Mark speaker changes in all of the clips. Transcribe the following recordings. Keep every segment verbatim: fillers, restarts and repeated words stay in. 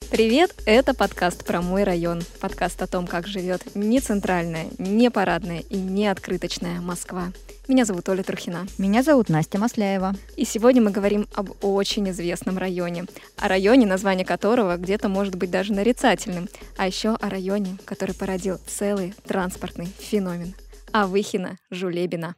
Speaker 1: Привет, это подкаст про мой район. Подкаст о том, как живет не центральная, не парадная и не открыточная Москва. Меня зовут Оля Трухина.
Speaker 2: Меня зовут Настя Масляева.
Speaker 1: И сегодня мы говорим об очень известном районе. О районе, название которого где-то может быть даже нарицательным. А еще о районе, который породил целый транспортный феномен. О Выхино-Жулебино.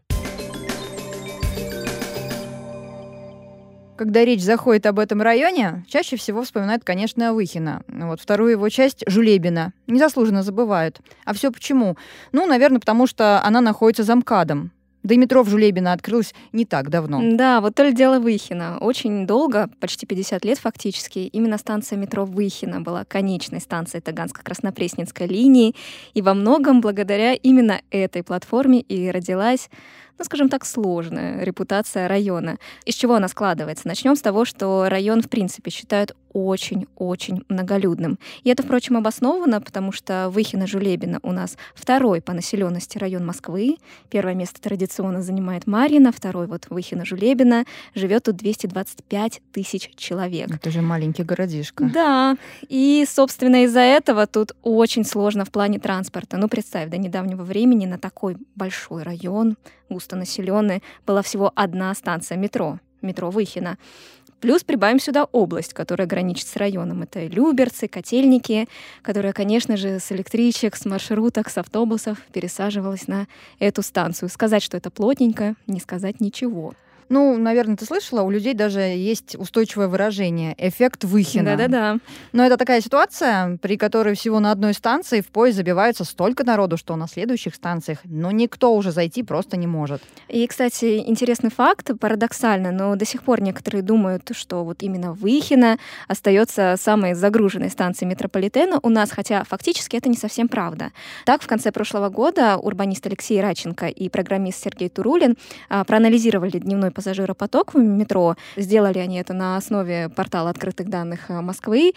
Speaker 2: Когда речь заходит об этом районе, чаще всего вспоминают, конечно, Выхино. Вот вторую его часть — Жулебино. Незаслуженно забывают. А все почему? Ну, наверное, потому что она находится за МКАДом. Да и метро в Жулебино открылось не так давно.
Speaker 1: Да, вот то ли дело Выхино. Очень долго, почти пятьдесят лет фактически, именно станция метро Выхино была конечной станцией Таганско-Краснопресненской линии. И во многом благодаря именно этой платформе и родилась, ну, скажем так, сложная репутация района. Из чего она складывается? Начнем с того, что район, в принципе, считают очень-очень многолюдным. И это, впрочем, обосновано, потому что Выхино-Жулебино у нас второй по населенности район Москвы. Первое место традиционно занимает Марьино, второй вот Выхино-Жулебино. Живет тут двести двадцать пять тысяч человек.
Speaker 2: Это же маленький городишко.
Speaker 1: Да, и, собственно, из-за этого тут очень сложно в плане транспорта. Ну, представь, до недавнего времени на такой большой район, густонаселенный, была всего одна станция метро, метро Выхино. Плюс прибавим сюда область, которая граничит с районом. Это Люберцы, Котельники, которая, конечно же, с электричек, с маршруток, с автобусов пересаживалась на эту станцию. Сказать, что это плотненько, не сказать ничего.
Speaker 2: Ну, наверное, ты слышала, у людей даже есть устойчивое выражение — эффект Выхино.
Speaker 1: Да-да-да.
Speaker 2: Но это такая ситуация, при которой всего на одной станции в поезд забивается столько народу, что на следующих станциях, ну, никто уже зайти просто не может.
Speaker 1: И, кстати, интересный факт, парадоксально, но до сих пор некоторые думают, что вот именно Выхино остается самой загруженной станцией метрополитена у нас, хотя фактически это не совсем правда. Так, в конце прошлого года урбанист Алексей Раченко и программист Сергей Турулин а, проанализировали дневной пассажиропоток в метро. Сделали они это на основе портала открытых данных Москвы.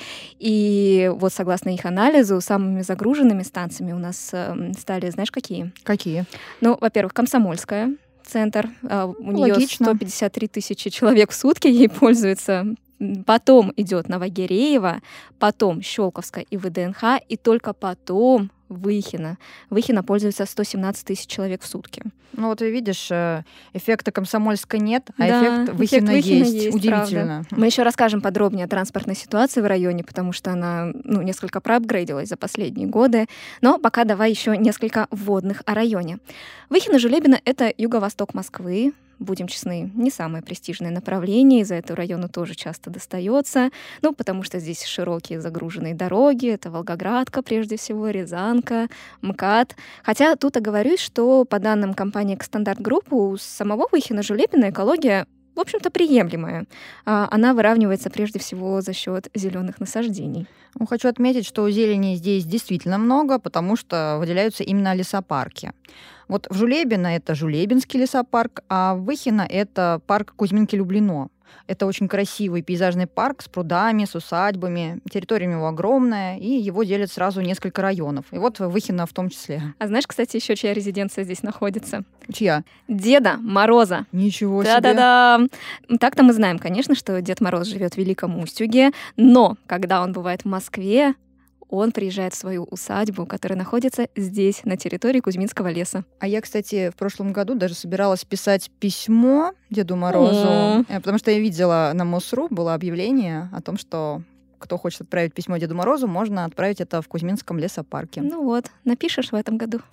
Speaker 1: И вот согласно их анализу, самыми загруженными станциями у нас стали, знаешь, какие?
Speaker 2: Какие?
Speaker 1: Ну, во-первых, Комсомольская, центр. У нее
Speaker 2: Логично.
Speaker 1: сто пятьдесят три тысячи человек в сутки ей пользуются. Потом идет Новогиреево, потом Щелковская и ВДНХ, и только потом Выхино. Выхино пользуется сто семнадцать тысяч человек в сутки.
Speaker 2: Ну вот видишь, эффекта Комсомольска нет, а
Speaker 1: да,
Speaker 2: эффект Выхино есть.
Speaker 1: есть.
Speaker 2: Удивительно.
Speaker 1: Правда. Мы еще расскажем подробнее о транспортной ситуации в районе, потому что она ну, несколько проапгрейдилась за последние годы. Но пока давай еще несколько вводных о районе. Выхино-Жулебино — это юго-восток Москвы. Будем честны, не самое престижное направление, из-за этого району тоже часто достается, ну, потому что здесь широкие загруженные дороги, это Волгоградка, прежде всего, Рязанка, МКАД. Хотя тут оговорюсь, что по данным компании «Экстандарт Групп» у самого Выхино-Жулебино экология, в общем-то, приемлемая. Она выравнивается прежде всего за счет зеленых насаждений.
Speaker 2: Ну, хочу отметить, что зелени здесь действительно много, потому что выделяются именно лесопарки. Вот в Жулебино это Жулебинский лесопарк, а в Выхино это парк Кузьминки-Люблино. Это очень красивый пейзажный парк с прудами, с усадьбами. Территория его огромная, и его делят сразу несколько районов. И вот Выхино в том числе.
Speaker 1: А знаешь, кстати, еще чья резиденция здесь находится?
Speaker 2: Чья?
Speaker 1: Деда Мороза.
Speaker 2: Ничего себе.
Speaker 1: Да-да-да. Так-то мы знаем, конечно, что Дед Мороз живет в Великом Устюге, но когда он бывает в Москве, он приезжает в свою усадьбу, которая находится здесь, на территории Кузьминского леса.
Speaker 2: А я, кстати, в прошлом году даже собиралась писать письмо Деду Морозу,
Speaker 1: О.
Speaker 2: потому что я видела на МОСРУ было объявление о том, что кто хочет отправить письмо Деду Морозу, можно отправить это в Кузьминском лесопарке.
Speaker 1: Ну вот, напишешь в этом году.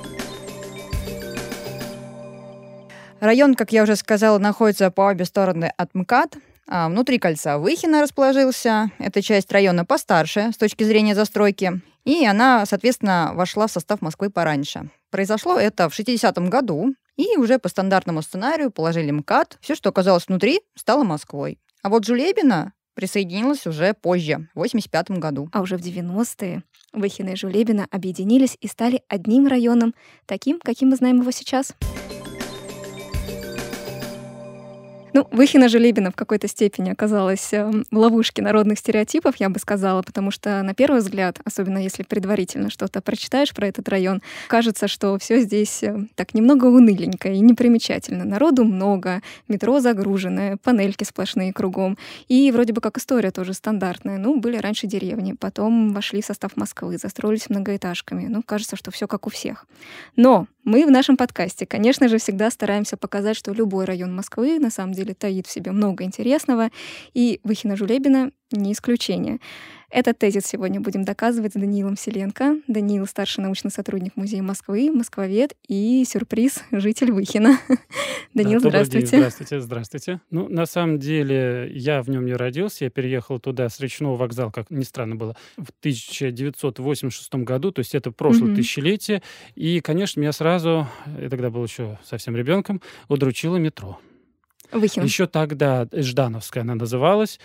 Speaker 2: Район, как я уже сказала, находится по обе стороны от МКАД. А внутри кольца Выхино расположился. Эта часть района постарше с точки зрения застройки. И она, соответственно, вошла в состав Москвы пораньше. Произошло это в шестидесятом году. И уже по стандартному сценарию положили МКАД. Все, что оказалось внутри, стало Москвой. А вот Жулебино присоединилась уже позже, в восемьдесят пятом году.
Speaker 1: А уже в девяностые Выхино и Жулебино объединились и стали одним районом, таким, каким мы знаем его сейчас. Ну, Выхино-Жулебино в какой-то степени оказалась в ловушке народных стереотипов, я бы сказала, потому что на первый взгляд, особенно если предварительно что-то прочитаешь про этот район, кажется, что все здесь так немного уныленько и непримечательно. Народу много, метро загруженное, панельки сплошные кругом. И вроде бы как история тоже стандартная. Ну, были раньше деревни, потом вошли в состав Москвы, застроились многоэтажками. Ну, кажется, что все как у всех. Но мы в нашем подкасте, конечно же, всегда стараемся показать, что любой район Москвы на самом деле таит в себе много интересного, и Выхино-Жулебино не исключение. Этот тезис сегодня будем доказывать с Даниилом Селенко. Даниил — старший научный сотрудник Музея Москвы, москвовед и, сюрприз, житель Выхина. Даниил,
Speaker 3: да,
Speaker 1: здравствуйте.
Speaker 3: День. Здравствуйте, здравствуйте. Ну, на самом деле, я в нем не родился. Я переехал туда с речного вокзала, как ни странно было, в тысяча девятьсот восемьдесят шестом году, то есть это прошлое mm-hmm. тысячелетие. И, конечно, меня сразу, я тогда был еще совсем ребенком, удручило метро.
Speaker 1: Выхин.
Speaker 3: Еще тогда Ждановская она называлась.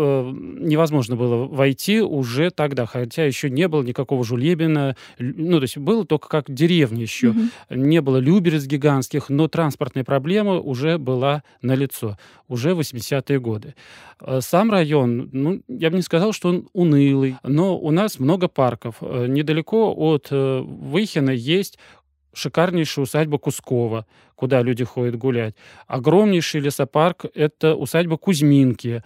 Speaker 3: Невозможно было войти уже тогда, хотя еще не было никакого Жулебина. Ну, то есть было только как деревня еще. Угу. Не было Люберец гигантских, но транспортная проблема уже была налицо. Уже в восьмидесятые годы. Сам район, ну, я бы не сказал, что он унылый, но у нас много парков. Недалеко от Выхина есть шикарнейшая усадьба Кускова, куда люди ходят гулять. Огромнейший лесопарк — это усадьба Кузьминки.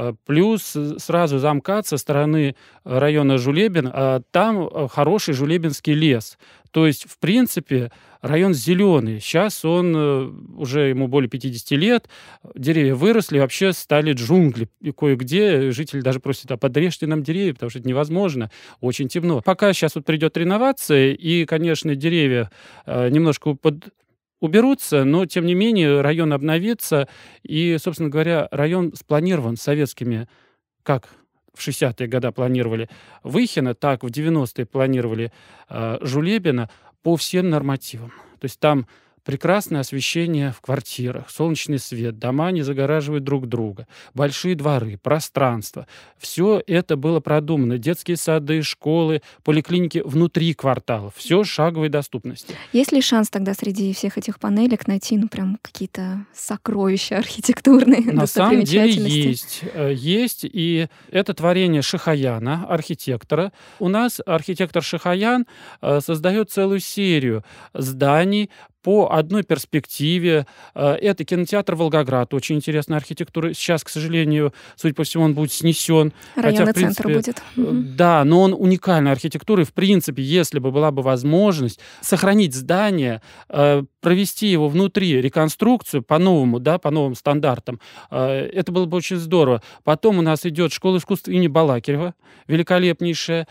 Speaker 3: Плюс сразу за МКАД со стороны района Жулебин, там хороший Жулебинский лес. То есть, в принципе, район зеленый. Сейчас он, уже ему более пятидесяти лет, деревья выросли, вообще стали джунгли. И кое-где жители даже просят: а подрежьте нам деревья, потому что это невозможно, очень темно. Пока сейчас вот придет реновация, и, конечно, деревья немножко под... уберутся, но, тем не менее, район обновится. И, собственно говоря, район спланирован советскими, как в шестидесятые годы планировали Выхино, так в девяностые планировали э, Жулебино по всем нормативам. То есть там прекрасное освещение в квартирах, солнечный свет, дома не загораживают друг друга, большие дворы, пространство. Все это было продумано. Детские сады, школы, поликлиники внутри кварталов. Все шаговой доступности.
Speaker 1: Есть ли шанс тогда среди всех этих панелек найти, ну, прям какие-то сокровища архитектурные,
Speaker 3: На самом деле
Speaker 1: есть.
Speaker 3: Есть. И это творение Шихаяна, архитектора. У нас архитектор Шихаян создает целую серию зданий по одной перспективе. Это кинотеатр «Волгоград». Очень интересная архитектура. Сейчас, к сожалению, судя по всему, он будет снесен.
Speaker 1: Районный
Speaker 3: Хотя, в принципе,
Speaker 1: центр будет.
Speaker 3: Да, но он уникальной архитектуры. В принципе, если бы была бы возможность сохранить здание, провести его внутри реконструкцию по-новому, да, по новым стандартам, это было бы очень здорово. Потом у нас идет школа искусств имени Балакирева, великолепнейшая,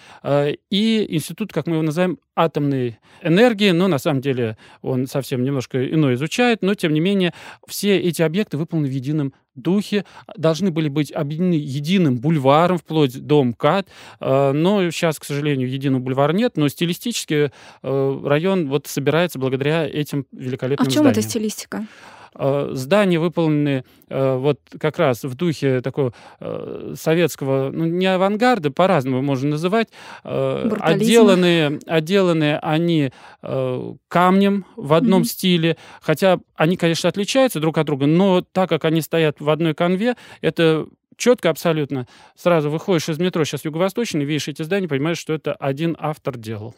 Speaker 3: и институт, как мы его называем, атомной энергии, но на самом деле он совсем немножко иное изучает, но тем не менее все эти объекты выполнены в едином духе, должны были быть объединены единым бульваром вплоть до МКАД, но сейчас, к сожалению, единого бульвара нет, но стилистически район вот собирается благодаря этим великолепным зданиям.
Speaker 1: А в чем эта стилистика?
Speaker 3: Здания выполнены вот как раз в духе такого советского, ну, не авангарда, по-разному можно называть. Отделанные, отделанные они камнем в одном mm-hmm. стиле, хотя они, конечно, отличаются друг от друга, но так как они стоят в одной канве, это четко абсолютно. Сразу выходишь из метро, сейчас Юго-Восточный, видишь эти здания, понимаешь, что это один автор делал.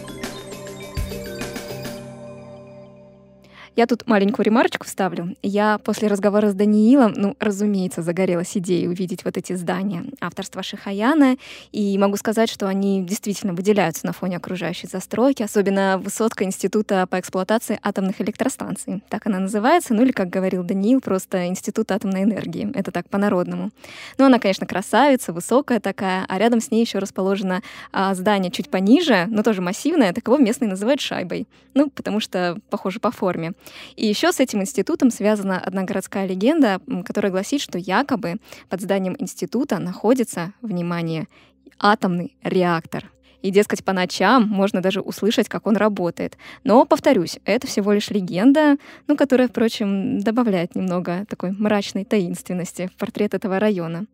Speaker 1: Я тут маленькую ремарочку вставлю. Я после разговора с Даниилом, ну, разумеется, загорелась идеей увидеть вот эти здания авторства Шихаяна, и могу сказать, что они действительно выделяются на фоне окружающей застройки, особенно высотка Института по эксплуатации атомных электростанций. Так она называется, ну или, как говорил Даниил, просто Институт атомной энергии. Это так по-народному. Ну, она, конечно, красавица, высокая такая, а рядом с ней еще расположено а, здание чуть пониже, но тоже массивное, так его местные называют шайбой. Ну, потому что похоже по форме. И еще с этим институтом связана одна городская легенда, которая гласит, что якобы под зданием института находится, внимание, атомный реактор. И, дескать, по ночам можно даже услышать, как он работает. Но, повторюсь, это всего лишь легенда, ну, которая, впрочем, добавляет немного такой мрачной таинственности в портрет этого района.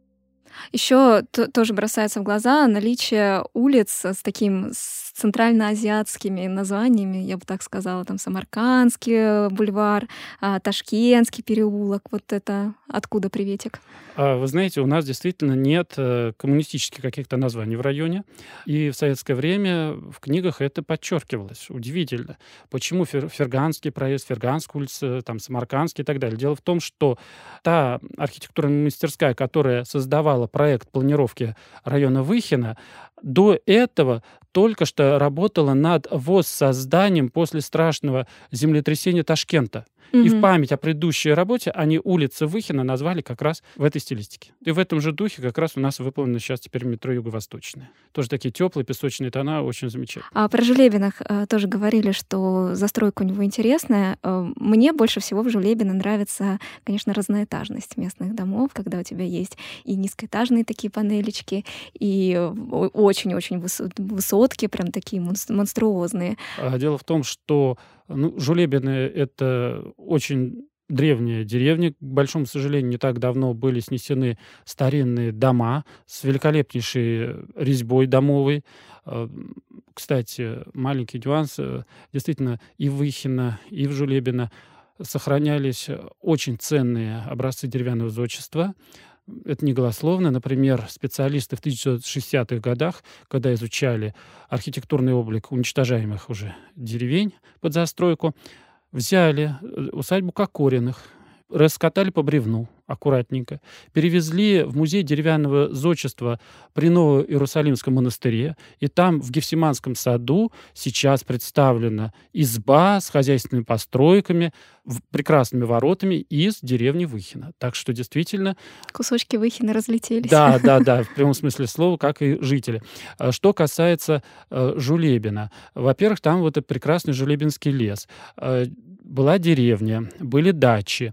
Speaker 1: Еще тоже бросается в глаза наличие улиц с таким с центральноазиатскими названиями, я бы так сказала, там Самаркандский бульвар, а, Ташкентский переулок. Вот это откуда приветик?
Speaker 3: А, Вы знаете, у нас действительно нет э, коммунистических каких-то названий в районе. И в советское время в книгах это подчеркивалось. Удивительно. Почему Фер- Ферганский проезд, Ферганская улица, там, Самаркандский и так далее. Дело в том, что та архитектурная мастерская, которая создавала проект планировки района Выхина, до этого только что работала над воссозданием после страшного землетрясения Ташкента. И в
Speaker 1: Мгм.
Speaker 3: память о предыдущей работе они улицы Выхина назвали как раз в этой стилистике. И в этом же духе как раз у нас выполнено сейчас теперь метро Юго-Восточное. Тоже такие теплые песочные тона, очень замечательно.
Speaker 1: А про Жулебинах э, тоже говорили, что застройка у него интересная. Э, Мне больше всего в Жулебино нравится, конечно, разноэтажность местных домов, когда у тебя есть и низкоэтажные такие панелечки, и э, о- очень-очень высо- высотки, прям такие монс- монструозные.
Speaker 3: А Дело в том, что ну, Жулебины — это очень древняя деревня. К большому сожалению, не так давно были снесены старинные дома с великолепнейшей резьбой домовой. А, Кстати, маленький нюанс. э, Действительно, и в Выхино, и в Жулебино сохранялись очень ценные образцы деревянного зодчества. Это не голословно. Например, специалисты в тысяча девятьсот шестидесятых годах, когда изучали архитектурный облик уничтожаемых уже деревень под застройку, взяли э, усадьбу Кокориных, раскатали по бревну аккуратненько, перевезли в музей деревянного зодчества при Ново-Иерусалимском монастыре, и там в Гефсиманском саду сейчас представлена изба с хозяйственными постройками, в- прекрасными воротами из деревни Выхино. Так что действительно
Speaker 1: Кусочки Выхина разлетелись.
Speaker 3: да, да, да, в прямом смысле слова, как и жители. А Что касается э, Жулебина. Во-первых, там вот этот прекрасный Жулебинский лес. Э, Была деревня, были дачи.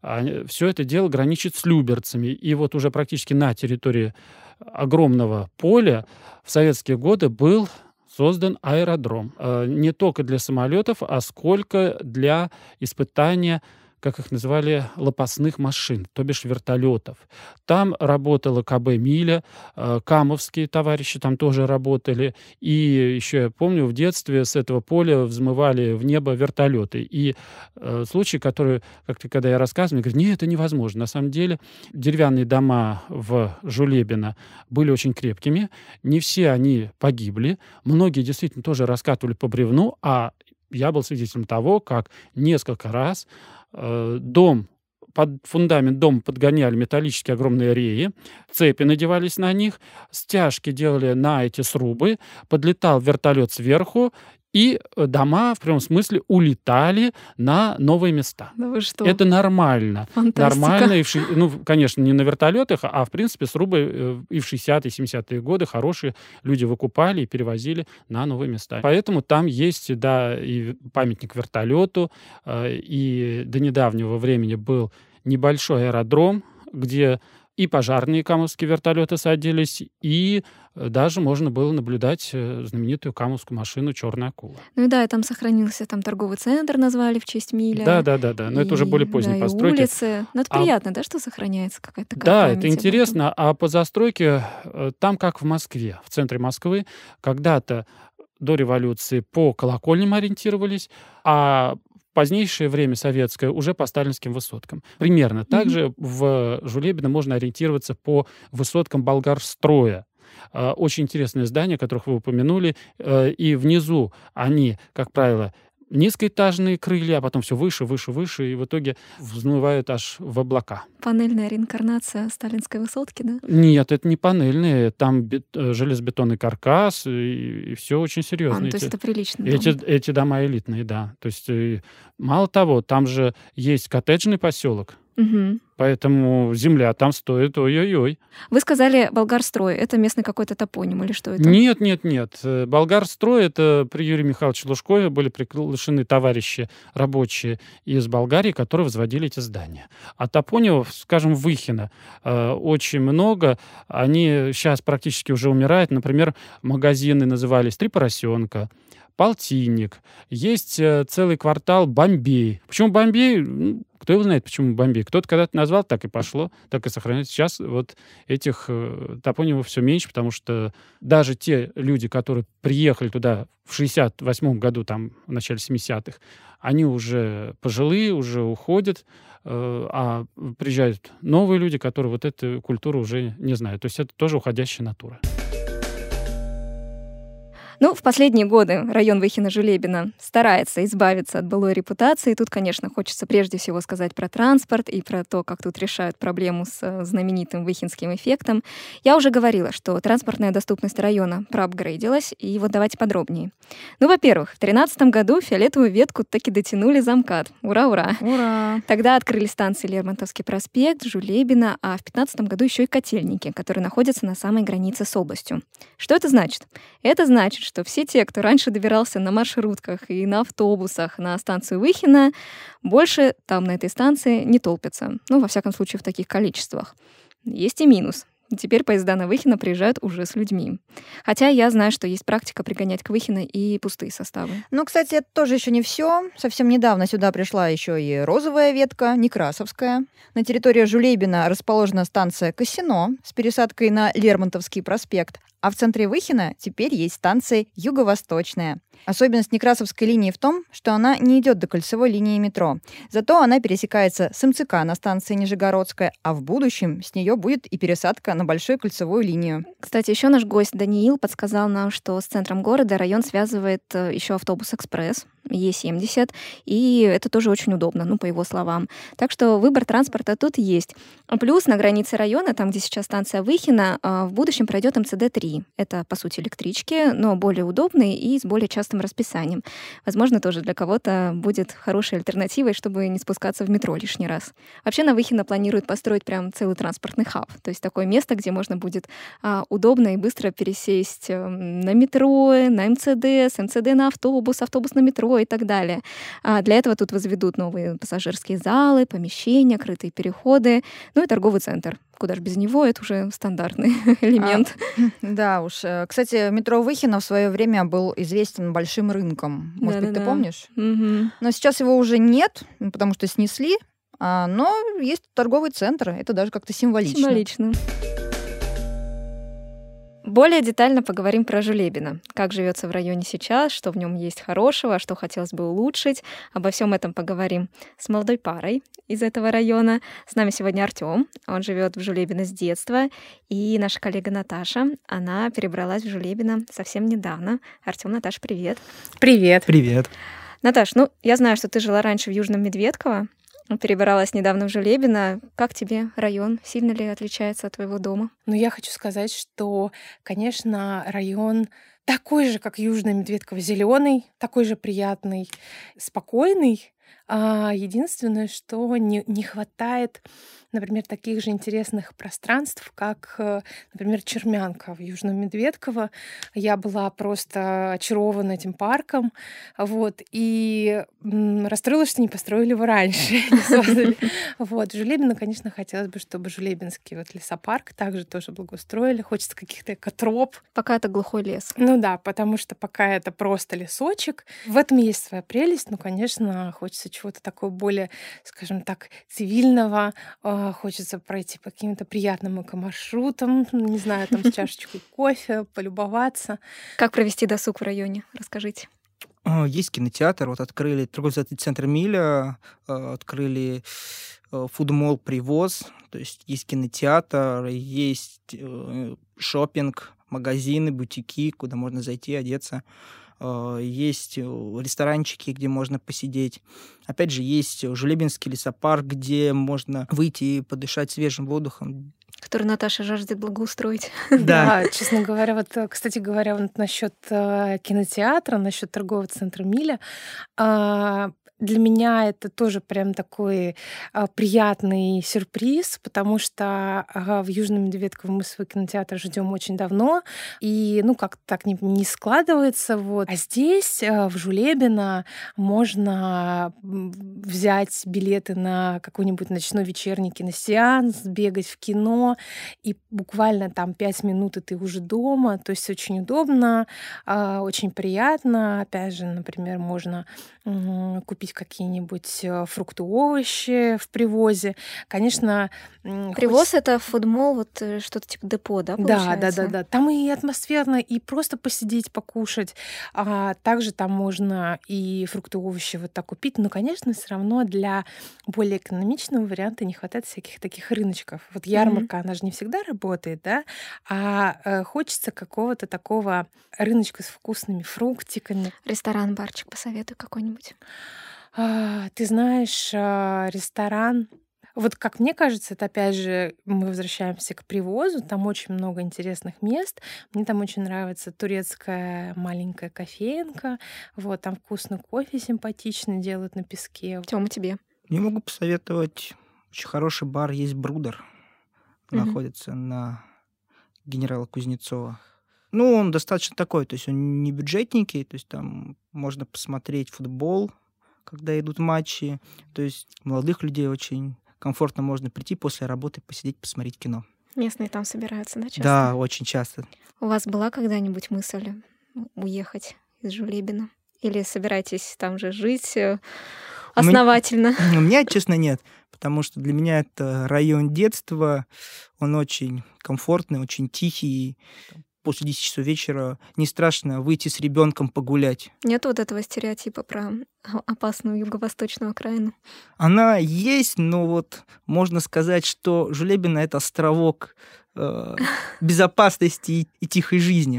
Speaker 3: Все это дело граничит с Люберцами. И вот уже практически на территории огромного поля в советские годы был создан аэродром. Э, Не только для самолетов, а сколько для испытания, как их называли, лопастных машин, то бишь вертолетов. Там работала КБ «Миля», э, камовские товарищи там тоже работали. И еще я помню, в детстве с этого поля взмывали в небо вертолеты. И э, случай, который, как-то, когда я рассказывал, мне говорят, нет, это невозможно. На самом деле деревянные дома в Жулебино были очень крепкими. Не все они погибли. Многие действительно тоже раскатывали по бревну, а я был свидетелем того, как несколько раз э, дом, под фундамент дома подгоняли металлические огромные реи, цепи надевались на них, стяжки делали на эти срубы, подлетал вертолет сверху, и э, дома в прямом смысле улетали на новые места.
Speaker 1: Да вы что?
Speaker 3: Это нормально.
Speaker 1: Фантастика.
Speaker 3: Нормально. И в ши- ну, конечно, не на вертолетах, а в принципе срубы э, и в шестидесятые, семидесятые годы хорошие люди выкупали и перевозили на новые места. Поэтому там есть, да, и памятник вертолету, э, и до недавнего времени был небольшой аэродром, где и пожарные камовские вертолеты садились, и э, даже можно было наблюдать э, знаменитую камовскую машину «Черная акула».
Speaker 1: Ну и да, и там сохранился, там торговый центр назвали в честь Миля.
Speaker 3: Да, да, да, да. Но это уже
Speaker 1: И,
Speaker 3: более поздние
Speaker 1: да, и
Speaker 3: постройки.
Speaker 1: улицы. Ну это
Speaker 3: А-
Speaker 1: приятно, да, что сохраняется какая-то такая
Speaker 3: Да,
Speaker 1: память
Speaker 3: это
Speaker 1: об
Speaker 3: интересно. А по застройке э, там, как в Москве, в центре Москвы, когда-то до революции по колокольням ориентировались, а в позднейшее время советское уже по сталинским высоткам. Примерно так
Speaker 1: Мгм.
Speaker 3: же в Жулебино можно ориентироваться по высоткам Болгарстроя. Э, Очень интересные здания, которых вы упомянули. Э, И внизу они, как правило, низкоэтажные крылья, а потом все выше, выше, выше, и в итоге взмывают аж в облака.
Speaker 1: Панельная реинкарнация сталинской высотки, да?
Speaker 3: Нет, это не панельные, там бет- э, железобетонный каркас, и, все очень
Speaker 1: А,
Speaker 3: серьезно.
Speaker 1: ну, то есть
Speaker 3: эти,
Speaker 1: это прилично.
Speaker 3: эти, эти дома элитные, да. То есть, э, мало того, там же есть коттеджный поселок,
Speaker 1: Мгм.
Speaker 3: поэтому земля там стоит ой-ой-ой.
Speaker 1: Вы сказали Болгарстрой. Это местный какой-то топоним или что это?
Speaker 3: Нет, нет, нет. Э, Болгарстрой — это при Юрии Михайловиче Лужкове были приглашены товарищи рабочие из Болгарии, которые возводили эти здания. А топонимов, скажем, Выхино э, очень много. Они сейчас практически уже умирают. Например, магазины назывались «Три поросенка», «Полтинник». Есть э, целый квартал Бомбей. Почему Бомбей? Ну, Кто его знает, почему Бомбей? Кто-то когда-то назвал, так и пошло, так и сохраняется. Сейчас вот этих э, топонимов все меньше, потому что даже те люди, которые приехали туда в шестьдесят восьмом году, там, в начале семидесятых, они уже пожилые, уже уходят, э, а приезжают новые люди, которые вот эту культуру уже не знают. То есть это тоже уходящая натура.
Speaker 1: Ну, в последние годы район Выхино-Жулебино старается избавиться от былой репутации. Тут, конечно, хочется прежде всего сказать про транспорт и про то, как тут решают проблему с знаменитым выхинским эффектом. Я уже говорила, что транспортная доступность района проапгрейдилась, и вот давайте подробнее. Ну, во-первых, в две тысячи тринадцатом году фиолетовую ветку таки дотянули за МКАД. Ура-ура!
Speaker 2: Ура!
Speaker 1: Тогда открыли станции Лермонтовский проспект, Жулебино, а в две тысячи пятнадцатом году еще и Котельники, которые находятся на самой границе с областью. Что это значит? Это значит, что все те, кто раньше добирался на маршрутках и на автобусах на станцию Выхино, больше там, на этой станции, не толпятся. Ну, во всяком случае, в таких количествах. Есть и минус. Теперь поезда на Выхино приезжают уже с людьми. Хотя я знаю, что есть практика пригонять к Выхино и пустые составы.
Speaker 2: Ну, кстати, это тоже еще не все. Совсем недавно сюда пришла еще и розовая ветка, Некрасовская. На территории Жулебино расположена станция Косино с пересадкой на Лермонтовский проспект. А в центре Выхино теперь есть станция Юго-Восточная. Особенность Некрасовской линии в том, что она не идет до кольцевой линии метро. Зато она пересекается с МЦК на станции Нижегородская, а в будущем с нее будет и пересадка на большую кольцевую линию.
Speaker 1: Кстати, еще наш гость Даниил подсказал нам, что с центром города район связывает еще автобус-экспресс Е семьдесят, и это тоже очень удобно, ну, по его словам. Так что выбор транспорта тут есть. Плюс на границе района, там, где сейчас станция Выхино, в будущем пройдет эм цэ дэ три. Это, по сути, электрички, но более удобные и с более частым расписанием. Возможно, тоже для кого-то будет хорошей альтернативой, чтобы не спускаться в метро лишний раз. Вообще на Выхино планируют построить прям целый транспортный хаб, то есть такое место, где можно будет а, удобно и быстро пересесть а, на метро, на эм цэ дэ, с эм цэ дэ на автобус, автобус на метро и так далее. А для этого тут возведут новые пассажирские залы, помещения, крытые переходы, ну и торговый центр. Куда же без него, это уже стандартный элемент.
Speaker 2: А, да уж. Кстати, метро Выхино в свое время был известен большим рынком. Может быть, ты помнишь?
Speaker 1: Угу.
Speaker 2: Но сейчас его уже нет, потому что снесли. А, но есть торговый центр. Это даже как-то символично.
Speaker 1: Символично. Более детально поговорим про Жулебино. Как живется в районе сейчас, что в нем есть хорошего, что хотелось бы улучшить. Обо всем этом поговорим с молодой парой из этого района. С нами сегодня Артём. Он живет в Жулебино с детства. И наша коллега Наташа, она перебралась в Жулебино совсем недавно. Артём, Наташа, привет.
Speaker 4: Привет.
Speaker 5: Привет.
Speaker 1: Наташ, ну, я знаю, что ты жила раньше в Южном Медведково, перебиралась недавно в Жулебино. Как тебе район? Сильно ли отличается от твоего дома?
Speaker 4: Ну, я хочу сказать, что, конечно, район такой же, как Южный Медведково, зеленый, такой же приятный, спокойный. А единственное, что не, не хватает, например, таких же интересных пространств, как, например, Чермянка в Южном Медведково. Я была просто очарована этим парком, вот, и м, расстроилась, что не построили его раньше, не создали. Вот, Жулебино, конечно, хотелось бы, чтобы Жулебинский вот лесопарк также тоже благоустроили. Хочется каких-то экотроп.
Speaker 1: Пока это глухой лес.
Speaker 4: Ну да, потому что пока это просто лесочек. В этом есть своя прелесть, но, конечно, хочется чего-то такого более, скажем так, цивильного. Хочется пройти по каким-то приятным эко-маршрутам, не знаю, там с чашечкой кофе, полюбоваться.
Speaker 1: Как провести досуг в районе? Расскажите.
Speaker 5: Есть кинотеатр, вот открыли торговый центр «Миля», открыли фудмол «Привоз», то есть есть кинотеатр, есть шопинг, магазины, бутики, куда можно зайти, одеться. Есть ресторанчики, где можно посидеть. Опять же, есть Жулебинский лесопарк, где можно выйти и подышать свежим воздухом.
Speaker 1: Который Наташа жаждет благоустроить.
Speaker 4: Да. Да, честно говоря, вот, кстати говоря, вот насчет кинотеатра, насчет торгового центра «Миля», для меня это тоже прям такой а, приятный сюрприз, потому что а, в Южном Медведково мы свой кинотеатр ждем очень давно, и ну как так не, не складывается. Вот. А здесь, а, в Жулебино, можно взять билеты на какой-нибудь ночной вечерний киносеанс, бегать в кино, и буквально там пять минут, и ты уже дома. То есть очень удобно, а, очень приятно. Опять же, например, можно купить какие-нибудь фрукты, овощи в привозе. Конечно,
Speaker 1: привоз хочется... это фудмол, вот что-то типа депо, да, получается?
Speaker 4: Да, да, да, да. Там и атмосферно, и просто посидеть, покушать. А также там можно и фрукты, овощи вот так купить. Но, конечно, все равно для более экономичного варианта не хватает всяких таких рыночков. Вот ярмарка, mm-hmm. она же не всегда работает, да, а э, хочется какого-то такого рыночка с вкусными фруктиками.
Speaker 1: Ресторан, барчик посоветуй какой-нибудь.
Speaker 4: А, ты знаешь, а, ресторан. Вот как мне кажется, это опять же мы возвращаемся к привозу. Там очень много интересных мест. Мне там очень нравится турецкая маленькая кофейнка. Вот там вкусный кофе симпатичный делают на песке.
Speaker 1: Тёма, тебе?
Speaker 5: Я могу посоветовать очень хороший бар, есть Брудер. Mm-hmm. Находится на Генерала Кузнецова. Ну, он достаточно такой, то есть он не бюджетненький, то есть там можно посмотреть футбол, когда идут матчи. То есть молодых людей очень комфортно можно прийти после работы, посидеть, посмотреть кино.
Speaker 1: Местные там собираются, да, часто?
Speaker 5: Да, очень часто.
Speaker 1: У вас была когда-нибудь мысль уехать из Жулебина? Или собираетесь там же жить основательно?
Speaker 5: У меня, у меня, честно, нет. Потому что для меня это район детства. Он очень комфортный, очень тихий. После десяти часов вечера не страшно выйти с ребенком погулять.
Speaker 1: Нет вот этого стереотипа про опасную юго-восточную окраину?
Speaker 5: Она есть, но вот можно сказать, что Жулебино — это островок э, безопасности и, и тихой жизни.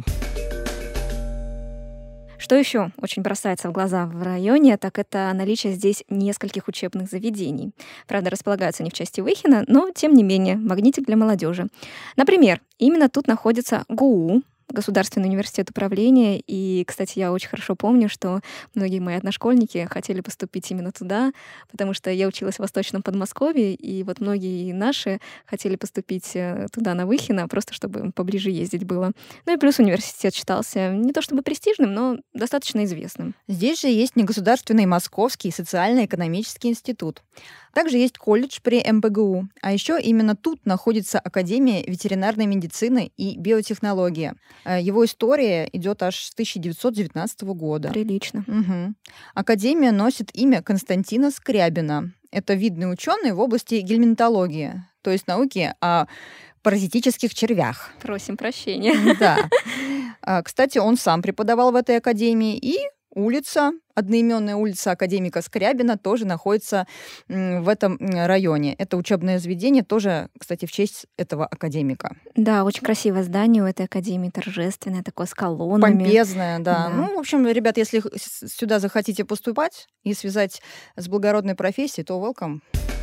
Speaker 1: Что еще очень бросается в глаза в районе, так это наличие здесь нескольких учебных заведений. Правда, располагаются они в части Выхина, но, тем не менее, магнитик для молодежи. Например, именно тут находится ГУУ, Государственный университет управления. И, кстати, я очень хорошо помню, что многие мои одношкольники хотели поступить именно туда, потому что я училась в Восточном Подмосковье, и вот многие наши хотели поступить туда, на Выхино, просто чтобы поближе ездить было. Ну и плюс университет считался не то чтобы престижным, но достаточно известным.
Speaker 2: Здесь же есть негосударственный Московский социально-экономический институт. Также есть колледж при эм пэ гэ у. А еще именно тут находится Академия ветеринарной медицины и биотехнологии. Его история идет аж с тысяча девятьсот девятнадцатого года.
Speaker 1: Прилично.
Speaker 2: Угу. Академия носит имя Константина Скрябина. Это видный ученый в области гельминтологии, то есть науки о паразитических червях.
Speaker 1: Просим прощения.
Speaker 2: Да. Кстати, он сам преподавал в этой академии, и улица, одноименная улица академика Скрябина, тоже находится в этом районе. Это учебное заведение тоже, кстати, в честь этого академика.
Speaker 1: Да, очень красивое здание у этой академии, торжественное, такое с колоннами.
Speaker 2: Помпезное, да.
Speaker 1: да.
Speaker 2: Ну, в общем, ребят, если сюда захотите поступать и связать с благородной профессией, то welcome.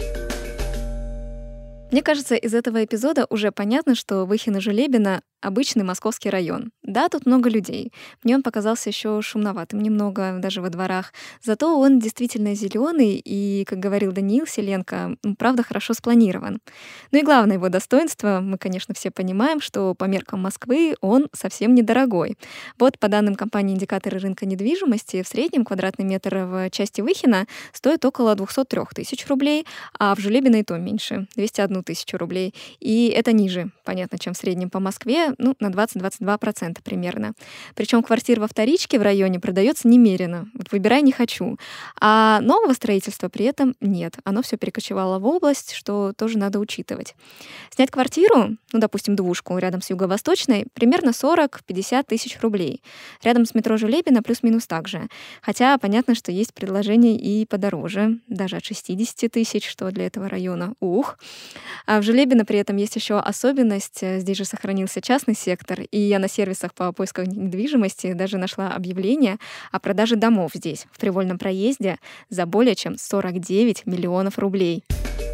Speaker 1: Мне кажется, из этого эпизода уже понятно, что Выхино-Жулебино — обычный московский район. Да, тут много людей. Мне он показался еще шумноватым немного, даже во дворах. Зато он действительно зеленый и, как говорил Даниил Селенко, правда хорошо спланирован. Ну и главное его достоинство, мы, конечно, все понимаем, что по меркам Москвы он совсем недорогой. Вот по данным компании «Индикаторы рынка недвижимости», в среднем квадратный метр в части Выхина стоит около двести три тысячи рублей, а в Жулебино и то меньше — двести одну тысячу рублей. И это ниже, понятно, чем в среднем по Москве, ну, на двадцать-двадцать два процента примерно. Причем квартира во вторичке в районе продается немерено. Вот выбирай не хочу. А нового строительства при этом нет. Оно все перекочевало в область, что тоже надо учитывать. Снять квартиру, ну, допустим, двушку рядом с Юго-Восточной, примерно сорок-пятьдесят тысяч рублей. Рядом с метро Жулебино плюс-минус так же. Хотя понятно, что есть предложения и подороже, даже от шестьдесят тысяч, что для этого района ух. А в Жулебино при этом есть еще особенность. Здесь же сохранился частный сектор, и я на сервисах по поиску недвижимости даже нашла объявление о продаже домов здесь, в Привольном проезде, за более чем сорок девять миллионов рублей.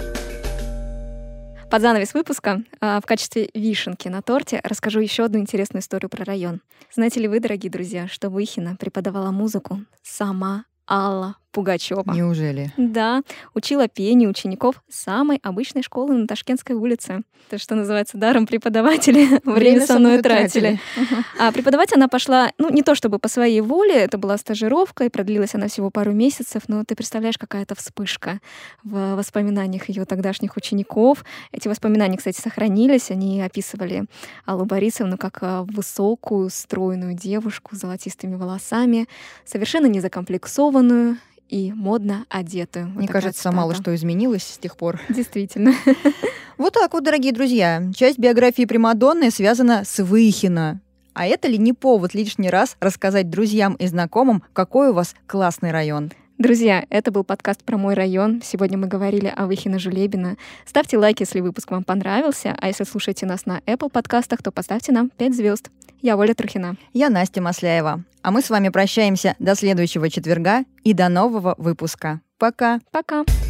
Speaker 1: Под занавес выпуска в качестве вишенки на торте расскажу еще одну интересную историю про район. Знаете ли вы, дорогие друзья, что Выхино преподавала музыку сама Алла Пугачева.
Speaker 2: Неужели?
Speaker 1: Да, учила пению учеников самой обычной школы на Ташкентской улице. Это, что называется, даром преподаватели время со мной тратили. А преподавать она пошла, ну, не то чтобы по своей воле, это была стажировка, и продлилась она всего пару месяцев, но ты представляешь, какая-то вспышка в воспоминаниях ее тогдашних учеников. Эти воспоминания, кстати, сохранились, они описывали Аллу Борисовну как высокую, стройную девушку с золотистыми волосами, совершенно незакомплексованную и модно одетую.
Speaker 2: Мне кажется, мало что изменилось с тех пор.
Speaker 1: Действительно.
Speaker 2: Вот так вот, дорогие друзья. Часть биографии Примадонны связана с Выхино. А это ли не повод лишний раз рассказать друзьям и знакомым, какой у вас классный район?
Speaker 1: Друзья, это был подкаст про мой район. Сегодня мы говорили о Выхино-Жулебино. Ставьте лайк, если выпуск вам понравился, а если слушаете нас на Apple подкастах, то поставьте нам пять звезд. Я Оля Трухина.
Speaker 2: Я Настя Масляева. А мы с вами прощаемся до следующего четверга и до нового выпуска. Пока.
Speaker 1: Пока.